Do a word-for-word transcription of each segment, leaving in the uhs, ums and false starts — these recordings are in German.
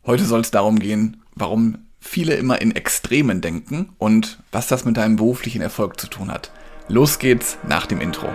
Heute soll es darum gehen, warum viele immer in Extremen denken und was das mit deinem beruflichen Erfolg zu tun hat. Los geht's nach dem Intro.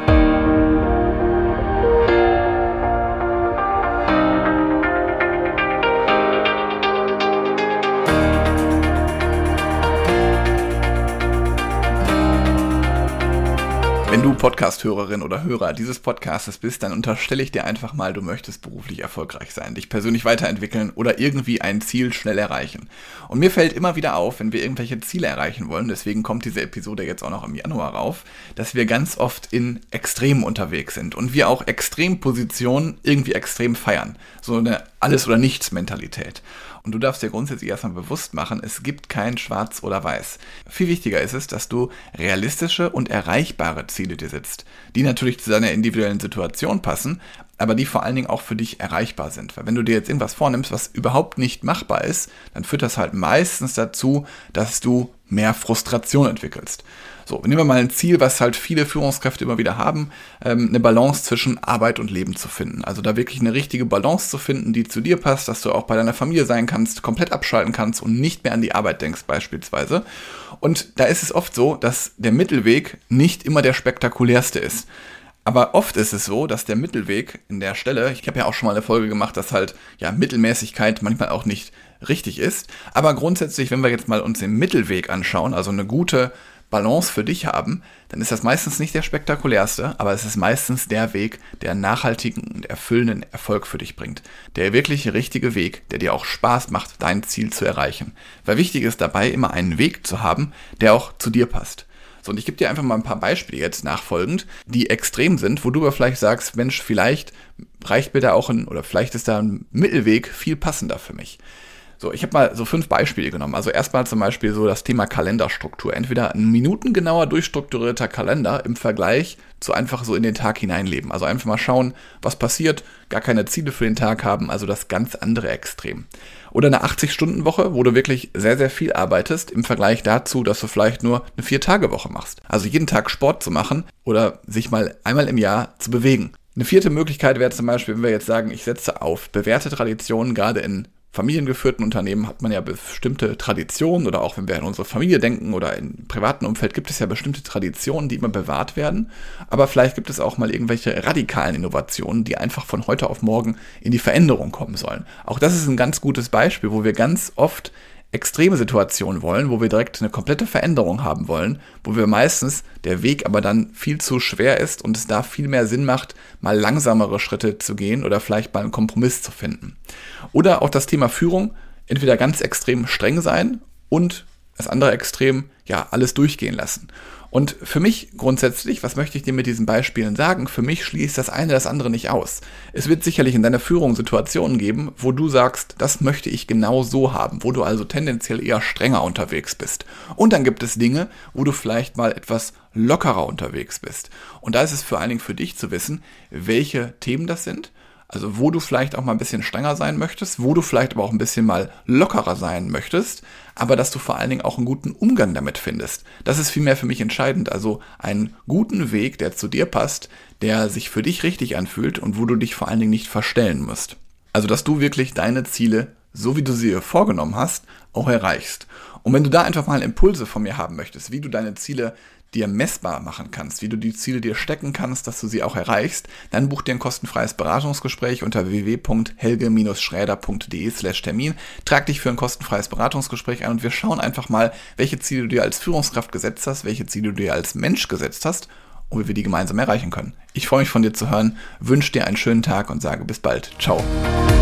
Wenn du Podcast-Hörerin oder Hörer dieses Podcastes bist, dann unterstelle ich dir einfach mal, du möchtest beruflich erfolgreich sein, dich persönlich weiterentwickeln oder irgendwie ein Ziel schnell erreichen. Und mir fällt immer wieder auf, wenn wir irgendwelche Ziele erreichen wollen, deswegen kommt diese Episode jetzt auch noch im Januar rauf, dass wir ganz oft in Extremen unterwegs sind und wir auch Extrempositionen irgendwie extrem feiern. So eine Alles-oder-Nichts-Mentalität. Und du darfst dir grundsätzlich erstmal bewusst machen, es gibt kein Schwarz oder Weiß. Viel wichtiger ist es, dass du realistische und erreichbare Ziele dir setzt, die natürlich zu deiner individuellen Situation passen, aber die vor allen Dingen auch für dich erreichbar sind. Weil wenn du dir jetzt irgendwas vornimmst, was überhaupt nicht machbar ist, dann führt das halt meistens dazu, dass du mehr Frustration entwickelst. So, nehmen wir mal ein Ziel, was halt viele Führungskräfte immer wieder haben, ähm, eine Balance zwischen Arbeit und Leben zu finden. Also da wirklich eine richtige Balance zu finden, die zu dir passt, dass du auch bei deiner Familie sein kannst, komplett abschalten kannst und nicht mehr an die Arbeit denkst beispielsweise. Und da ist es oft so, dass der Mittelweg nicht immer der spektakulärste ist. Aber oft ist es so, dass der Mittelweg in der Stelle, ich habe ja auch schon mal eine Folge gemacht, dass halt ja Mittelmäßigkeit manchmal auch nicht richtig ist. Aber grundsätzlich, wenn wir jetzt mal uns den Mittelweg anschauen, also eine gute Balance für dich haben, dann ist das meistens nicht der spektakulärste, aber es ist meistens der Weg, der nachhaltigen und erfüllenden Erfolg für dich bringt. Der wirklich richtige Weg, der dir auch Spaß macht, dein Ziel zu erreichen. Weil wichtig ist dabei, immer einen Weg zu haben, der auch zu dir passt. So, und ich gebe dir einfach mal ein paar Beispiele jetzt nachfolgend, die extrem sind, wo du aber vielleicht sagst, Mensch, vielleicht reicht mir da auch ein, oder vielleicht ist da ein Mittelweg viel passender für mich. So, ich habe mal so fünf Beispiele genommen. Also erstmal zum Beispiel so das Thema Kalenderstruktur. Entweder ein minutengenauer durchstrukturierter Kalender im Vergleich zu einfach so in den Tag hineinleben. Also einfach mal schauen, was passiert, gar keine Ziele für den Tag haben, also das ganz andere Extrem. Oder eine achtzig-Stunden-Woche, wo du wirklich sehr, sehr viel arbeitest im Vergleich dazu, dass du vielleicht nur eine vier-Tage-Woche machst. Also jeden Tag Sport zu machen oder sich mal einmal im Jahr zu bewegen. Eine vierte Möglichkeit wäre zum Beispiel, wenn wir jetzt sagen, ich setze auf bewährte Traditionen, gerade in familiengeführten Unternehmen hat man ja bestimmte Traditionen oder auch wenn wir an unsere Familie denken oder im privaten Umfeld gibt es ja bestimmte Traditionen, die immer bewahrt werden. Aber vielleicht gibt es auch mal irgendwelche radikalen Innovationen, die einfach von heute auf morgen in die Veränderung kommen sollen. Auch das ist ein ganz gutes Beispiel, wo wir ganz oft extreme Situationen wollen, wo wir direkt eine komplette Veränderung haben wollen, wo wir meistens der Weg aber dann viel zu schwer ist und es da viel mehr Sinn macht, mal langsamere Schritte zu gehen oder vielleicht mal einen Kompromiss zu finden. Oder auch das Thema Führung, entweder ganz extrem streng sein und das andere Extrem, ja, alles durchgehen lassen. Und für mich grundsätzlich, was möchte ich dir mit diesen Beispielen sagen? Für mich schließt das eine das andere nicht aus. Es wird sicherlich in deiner Führung Situationen geben, wo du sagst, das möchte ich genau so haben, wo du also tendenziell eher strenger unterwegs bist. Und dann gibt es Dinge, wo du vielleicht mal etwas lockerer unterwegs bist. Und da ist es vor allen Dingen für dich zu wissen, welche Themen das sind. Also wo du vielleicht auch mal ein bisschen strenger sein möchtest, wo du vielleicht aber auch ein bisschen mal lockerer sein möchtest, aber dass du vor allen Dingen auch einen guten Umgang damit findest. Das ist vielmehr für mich entscheidend, also einen guten Weg, der zu dir passt, der sich für dich richtig anfühlt und wo du dich vor allen Dingen nicht verstellen musst. Also dass du wirklich deine Ziele, so wie du sie dir vorgenommen hast, auch erreichst. Und wenn du da einfach mal Impulse von mir haben möchtest, wie du deine Ziele dir messbar machen kannst, wie du die Ziele dir stecken kannst, dass du sie auch erreichst, dann buch dir ein kostenfreies Beratungsgespräch unter w w w punkt helge schräder punkt de slash Termin. Trag dich für ein kostenfreies Beratungsgespräch ein und wir schauen einfach mal, welche Ziele du dir als Führungskraft gesetzt hast, welche Ziele du dir als Mensch gesetzt hast und wie wir die gemeinsam erreichen können. Ich freue mich von dir zu hören, wünsche dir einen schönen Tag und sage bis bald. Ciao.